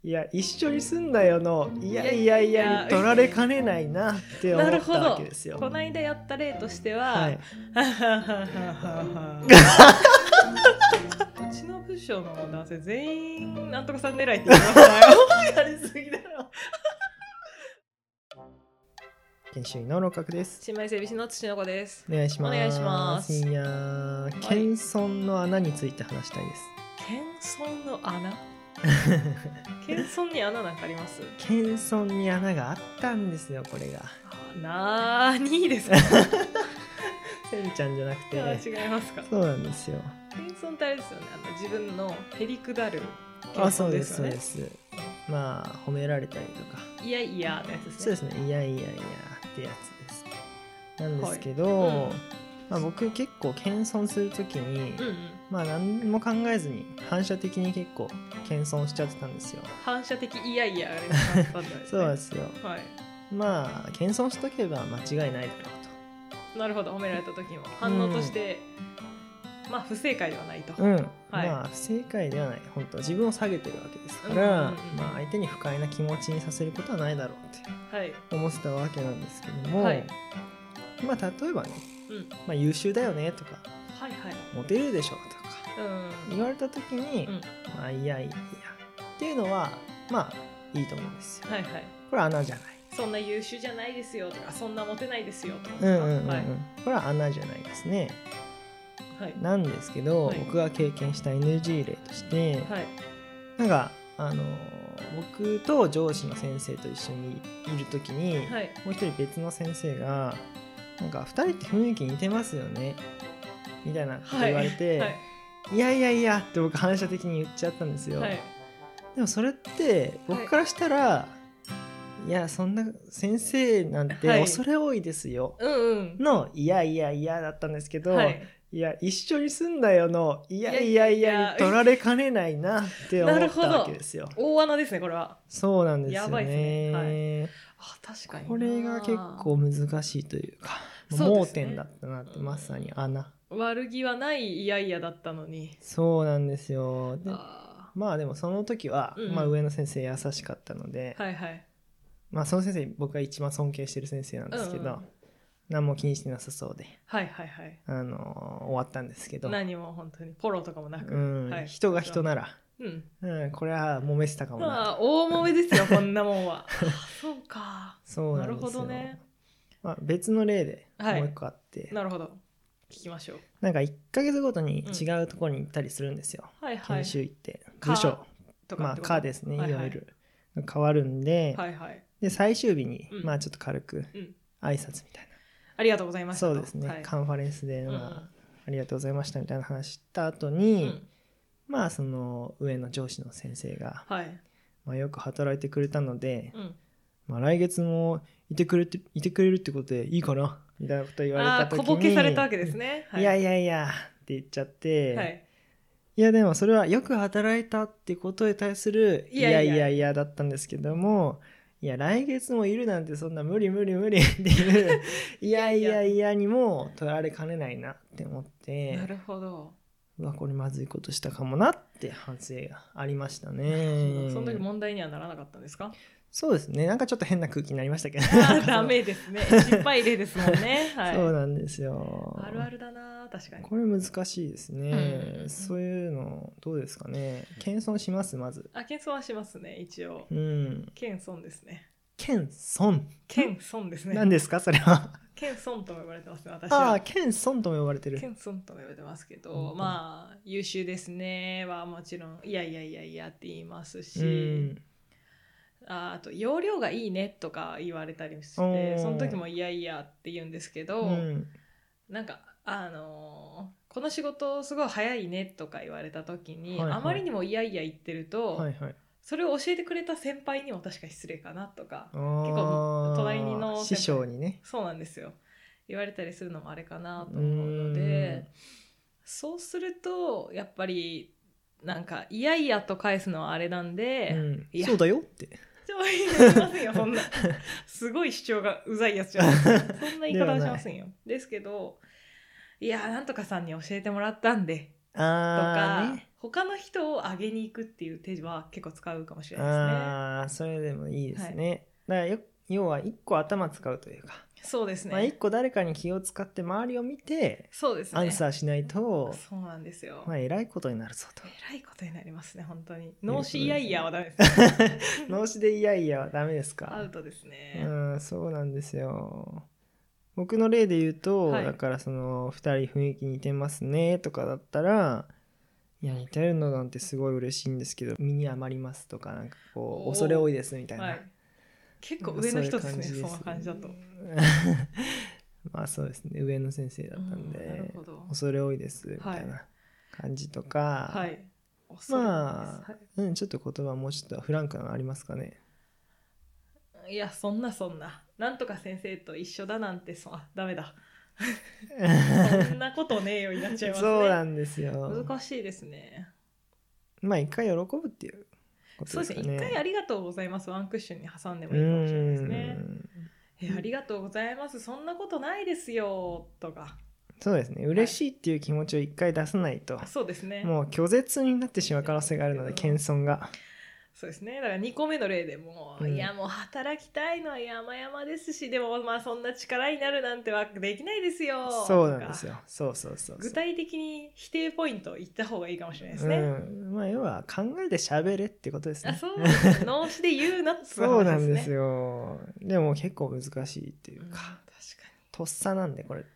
いや一緒に住んだよのいやいやいやに取られかねないなって思ったわけですよ。 この間やった例としては、 はい、 うちの部署の男性全員なんとかさん狙いって言ってましたよ。 やりすぎだろ。研修医の六角です。 新米整備士の土の子です。 お願いします。 お願いします。 いやー、謙遜の穴について話したいです。 謙遜の穴謙遜に穴なんかあります？ 謙遜に穴があったんですよ、これが。 なーにですか？ せんちゃんじゃなくて、 違いますか？ そうなんですよ。 謙遜ってあれですよね、自分のへりくだる謙遜ですよね。 あ、そうですそうです。まあ褒められたりとか、 いやいやのやつですね。 そうですね、いやいやいやってやつです。なんですけど、 はいまあ、僕結構謙遜するときに、 うんうん、 まあ何も考えずに反射的に結構謙遜しちゃってたんですよ。 反射的いやいやがねったんですね。 そうですよ。 はい。 まあ謙遜しとけば間違いないだろうと。なるほど、褒められた時も反応として、まあ不正解ではないと。 はい、 まあ不正解ではない。本当自分を下げてるわけですから、まあ相手に不快な気持ちにさせることはないだろうって思ってたわけなんですけども、はい、まあ例えばね、まあ優秀だよねとか、 はいはい、 モテるでしょとか、言われた時に、まあいやいやいやっていうのはまあいいと思うんですよ。はいはい。これは穴じゃない。 そんな優秀じゃないですよとか、そんなモテないですよとか、 これは穴じゃないですね。はい、なんですけど、僕が経験した NG 例として、なんか僕と上司の先生と一緒にいる時に、もう一人別の先生がなんか2人って雰囲気似てますよねみたいなこと言われて、いやいやいやって僕反射的に言っちゃったんですよ。でもそれって僕からしたら、いやそんな先生なんて恐れ多いですよのいやいやいやだったんですけど、いや一緒に住んだよのいやいやいやに取られかねないなって思ったわけですよ。 大穴ですねこれは。 そうなんですよね。 やばいですね。あ、確かにこれが結構難しいというか、盲点だったなって、まさに穴。 悪気はないいやいやだったのに。 そうなんですよ。でまあでもその時は、まあ、上の先生優しかったので、まあその先生僕が一番尊敬してる先生なんですけど、何も気にしてなさそうで、終わったんですけど、何も本当にポロとかもなく、 人が人なら、これは揉めてたかもな。 大揉めですよこんなもんは。そうか。 そうなんですよ。なるほどね。まあ、別の例でもう一個あって、 なるほど、聞きましょう。 なんか1ヶ月ごとに違うところに行ったりするんですよ、研修行って部署とか、まあ課ですね、いわゆる変わるんで、で最終日に、まあちょっと軽く挨拶みたいな、 ありがとうございましたと。 そうですね、カンファレンスで、ありがとうございましたみたいな話した後に、まあその上の上司の先生が、まあ、よく働いてくれたので、まあ、来月もいてくれるってことでいいかなみたいなこと言われた時に、 小ボケされたわけですね。 いやいやいやって言っちゃって、いやでもそれはよく働いたってことに対するいやいやいやだったんですけども、いや来月もいるなんてそんな無理っていういやいやいやにも取られかねないなって思って、 なるほど、 うわこれまずいことしたかもなって反省がありましたね。 その時問題にはならなかったんですか？ そうですね、なんかちょっと変な空気になりましたけどダメですね、失敗例ですもんね。 そうなんですよ。 あるあるだな、確かに。 これ難しいですね、そういうのどうですかね。謙遜します？まず謙遜はしますね、一応。謙遜ですね。 謙遜ですね。何ですかそれは？ 謙遜とも呼ばれてますね、私は。 謙遜とも呼ばれてる。 謙遜とも呼ばれてますけど、まあ優秀ですねはもちろんいやいやいやいやって言いますし、あと容量がいいねとか言われたりして、その時もいやいやって言うんですけど、なんかこの仕事すごい早いねとか言われた時に、あまりにもいやいや言ってると、それを教えてくれた先輩にも確か失礼かなとか、結構隣の師匠にね、 そうなんですよ、言われたりするのもあれかなと思うので、そうするとやっぱりなんかいやいやと返すのはあれなんで、 そうだよって言いませんよそんなすごい主張がうざいやつじゃないそんな言い方はしませんよですけど、いやなんとかさんに教えてもらったんでか、 他の人を上げに行くっていう手は結構使うかもしれないですね。 それでもいいですね、だから要は一個頭使うというか、 そうですね、 一個誰かに気を使って周りを見てそうですね、 アンサーしないと、 そうなんですよ、 えらいことになるぞと。 えらいことになりますね、本当に。脳死いやいやはダメですね。 脳死でいやいやはダメですか。 アウトですね。 そうなんですよ。僕の例で言うと、だからその2人雰囲気似てますねとかだったら、いや似てるのなんてすごい嬉しいんですけど身に余りますとか、なんかこう恐れ多いですみたいな、 結構上の人ですね、そんな感じだと。 まあそうですね、上の先生だったんで、恐れ多いですみたいな感じとか、まあ、ちょっと言葉もうちょっとフランクなのありますかね。 いや、そんななんとか先生と一緒だなんてダメだそんなことねえよになっちゃいますね。 そうなんですよ、 難しいですね。 まあ一回喜ぶっていうことですかね。 そうですね、一回ありがとうございますワンクッションに挟んでもいいかもしれないですね。ありがとうございます、そんなことないですよとか。 そうですね、嬉しいっていう気持ちを一回出さないと、 そうですね、 もう拒絶になってしまう可能性があるので、謙遜が。 そうですね、だから2個目の例でも、いやもう働きたいのは山々ですし、でもまあそんな力になるなんてはできないですよ。 そうなんですよ、そう具体的に否定ポイントを言った方がいいかもしれないですね。 まあ要は考えて喋れってことですね。 そうですね、脳死で言うなって話ですね。 そうなんですよ。でも結構難しいっていうか、 確かにとっさなんでこれって、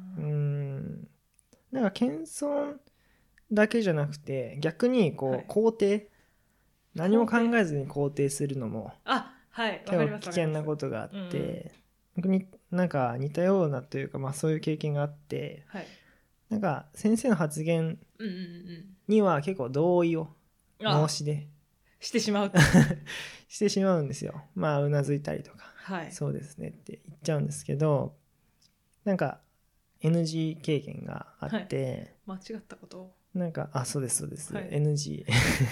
なんか謙遜だけじゃなくて、逆にこう肯定、何も考えずに肯定するのも結構危険なことがあって、僕になんか似たようなというか、まあそういう経験があって、なんか先生の発言には結構同意を脳死でしてしまうしてしまうんですよ。まあうなずいたりとか、そうですねって言っちゃうんですけど、なんか NG 経験があって、 間違ったことなんかそうですそうです、NG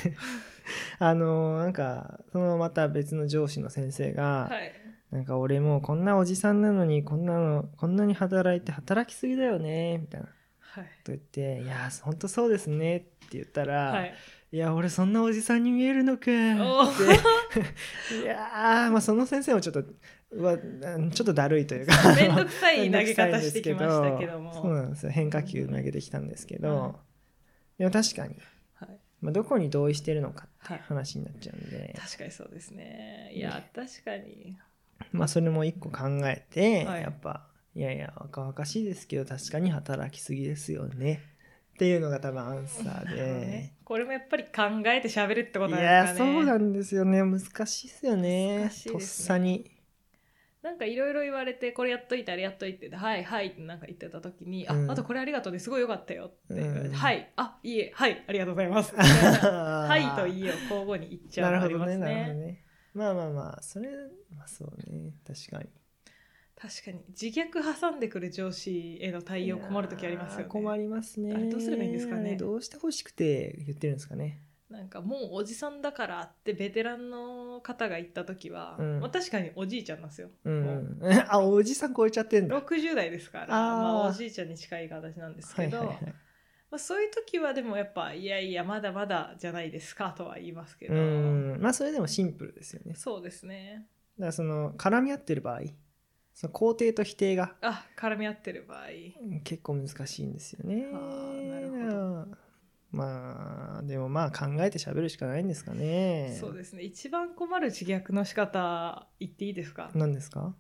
なんかそのまた別の上司の先生が、なんか俺もうこんなおじさんなのにこんなに働いて働きすぎだよねみたいなと言って、いや本当そうですねって言ったら、いや俺そんなおじさんに見えるのかっていやまあその先生もちょっとだるいというかめんどくさい投げ方してきましたけども、 そうなんですよ、変化球投げてきたんですけど、でも確かに、まあ、どこに同意してるのかっていう話になっちゃうんで、 確かにそうですね。いや確かに、 まあそれも一個考えて、やっぱいやいや若々しいですけど確かに働きすぎですよねっていうのが多分アンサーで、 これもやっぱり考えて喋るってことなんですかね。 いやそうなんですよね、難しいですよね、とっさに。 なんかいろいろ言われて、これやっといてあれやっといて、はいはいってなんか言ってた時に、あとこれありがとうですごいよかったよって言われて、はいいいえはいありがとうございますはいといいえを交互に言っちゃうのありますね。なるほどね。まあそれそうね、確かに自虐挟んでくる上司への対応困る時ありますよね。 困りますね。 どうすればいいんですかね。 どうしてほしくて言ってるんですかね。 なんかもうおじさんだからってベテランの方が言った時は、確かにおじいちゃんなんですよ、 おじさん超えちゃってんだ。 60代ですからまあ、おじいちゃんに近い形なんですけど、まあ、そういう時はでもやっぱいやいやまだまだじゃないですかとは言いますけど、 まあそれでもシンプルですよね。 そうですね。 だからその絡み合ってる場合、その肯定と否定が絡み合ってる場合結構難しいんですよね。 なるほど。 まあでもまあ考えて喋るしかないんですかね。 そうですね。一番困る自虐の仕方言っていいですか？ 何ですか？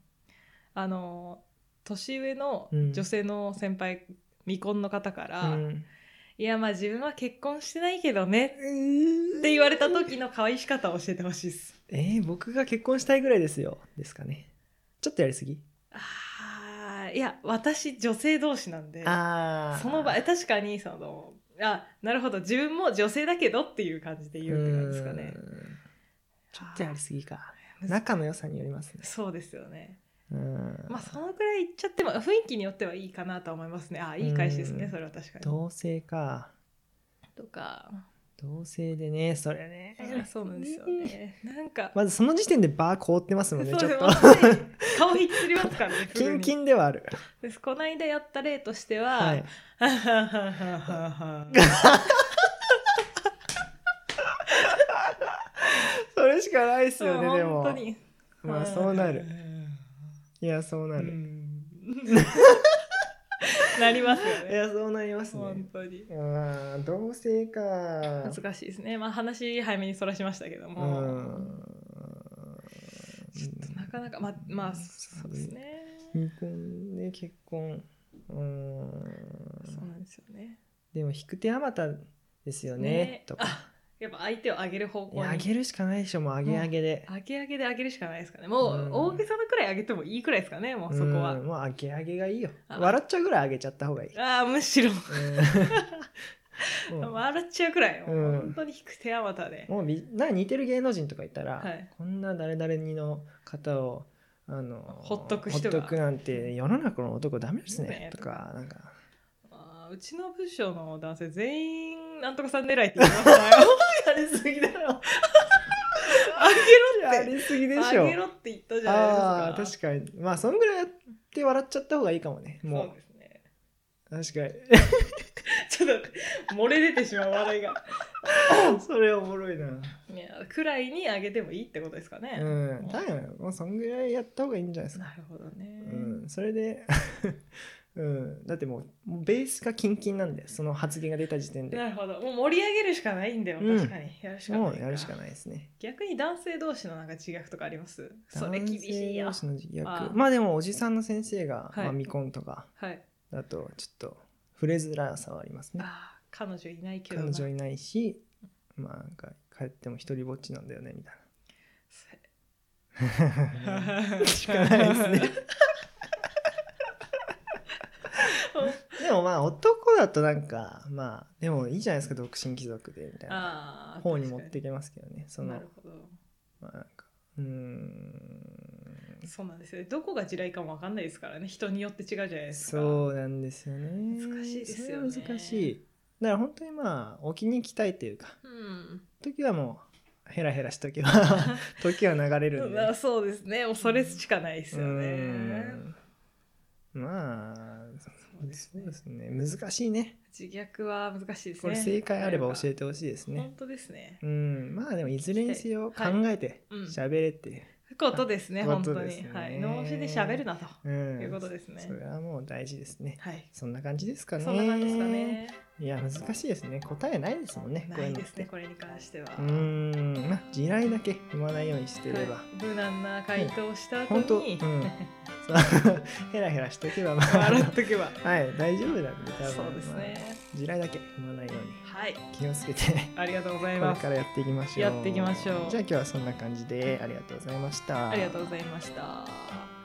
年上の女性の先輩、未婚の方から、いやまあ自分は結婚してないけどねって言われた時の可愛し方を教えてほしいです。 僕が結婚したいぐらいですよですかね。ちょっとやりすぎ？ いや私女性同士なんで、その場確かになるほど自分も女性だけどっていう感じで言うって感じですかね。 ちょっとやりすぎか。仲の良さによりますね。 そうですよね。まあそのくらい言っちゃっても雰囲気によってはいいかなと思いますね。いい返しですね、それは確かに。 同性かとか同性でね、それね。 そうなんですよね。なんかまずその時点でバー凍ってますもんね、ちょっと。 顔引きつりますからね。 キンキンではある。 この間やった例としては、はい、 それしかないですよね、でも。 本当に。 まあそうなる。いや、そうなる。 なりますよね。 いや、そうなりますね。 本当に。 同性か。 難しいですね。まあ話早めにそらしましたけども。ちょっとなかなか、まあそうですね。 未婚で結婚。 そうなんですよね。 でも引く手あまたですよね。とか。 やっぱ相手を上げる方向に。 上げるしかないでしょ、もう上げ上げで。 上げ上げで上げるしかないですかね。もう大げさなくらい上げてもいいくらいですかね、もうそこは。 もう上げ上げがいいよ。笑っちゃうぐらい上げちゃった方がいい。 むしろ。笑っちゃうくらい。本当に引く手あまたで。 もう似てる芸能人とかいたら、こんな誰々にの方をほっとく人が。 ほっとくなんて世の中の男ダメですね。とか、なんか。 うちの部署の男性全員なんとかさん狙いって言ってましたよ。 やりすぎだよ。 あげろって。 やりすぎでしょ。 あげろって言ったじゃないですか。確かに。まあそんぐらいやって笑っちゃった方がいいかもね。もう。 そうですね。 確かに。 ちょっと漏れ出てしまう笑いが。 それおもろいな。 いや、くらいにあげてもいいってことですかね。 多分もうそんぐらいやった方がいいんじゃないですか。 なるほどね。 それで。だってもうベースがキンキンなんで、その発言が出た時点で。 なるほど。もう盛り上げるしかないんだよ。確かにやるしかない。 もうやるしかないですね。 逆に男性同士のなんか自虐とかあります？それ厳しいよ。 男性同士の自虐。まあでもおじさんの先生が未婚とかだとちょっと触れづらさはありますね。 彼女いないけど。 彼女いないし、まあなんか帰っても一人ぼっちなんだよねみたいな。しかないですね。でもまあ男だとなんかまあでもいいじゃないですか、独身貴族でみたいな方に持っていけますけどね。 なるほど。 まあなんかそうなんですよね。どこが地雷かも分かんないですからね。人によって違うじゃないですか。 そうなんですよね。 難しいですよね。 難しい。だから本当にまあ置きに行きたいというか、時はもうヘラヘラしとけば時は流れるんで。 そうですね。もうそれしかないですよね。 まあそうですね。難しいね。 自虐は難しいですね。 これ正解あれば教えてほしいですね。 本当ですね。 まあでもいずれにせよ考えて喋れっていうことですね。本当に。はい。脳死で喋るなということですね。 それはもう大事ですね。 はい。 そんな感じですかね。 そんな感じですかね。 いや難しいですね。答えないですもんね。 ないですね。これに関しては。 まあ地雷だけ踏まないようにしてれば。 無難な回答をした後に。 ヘラヘラしとけば笑っとけばはい大丈夫なんで多分そうですね。 地雷だけ踏まないようにはい気をつけてありがとうございます。 これからやっていきましょう。 やっていきましょう。 じゃあ今日はそんな感じでありがとうございました。 ありがとうございました。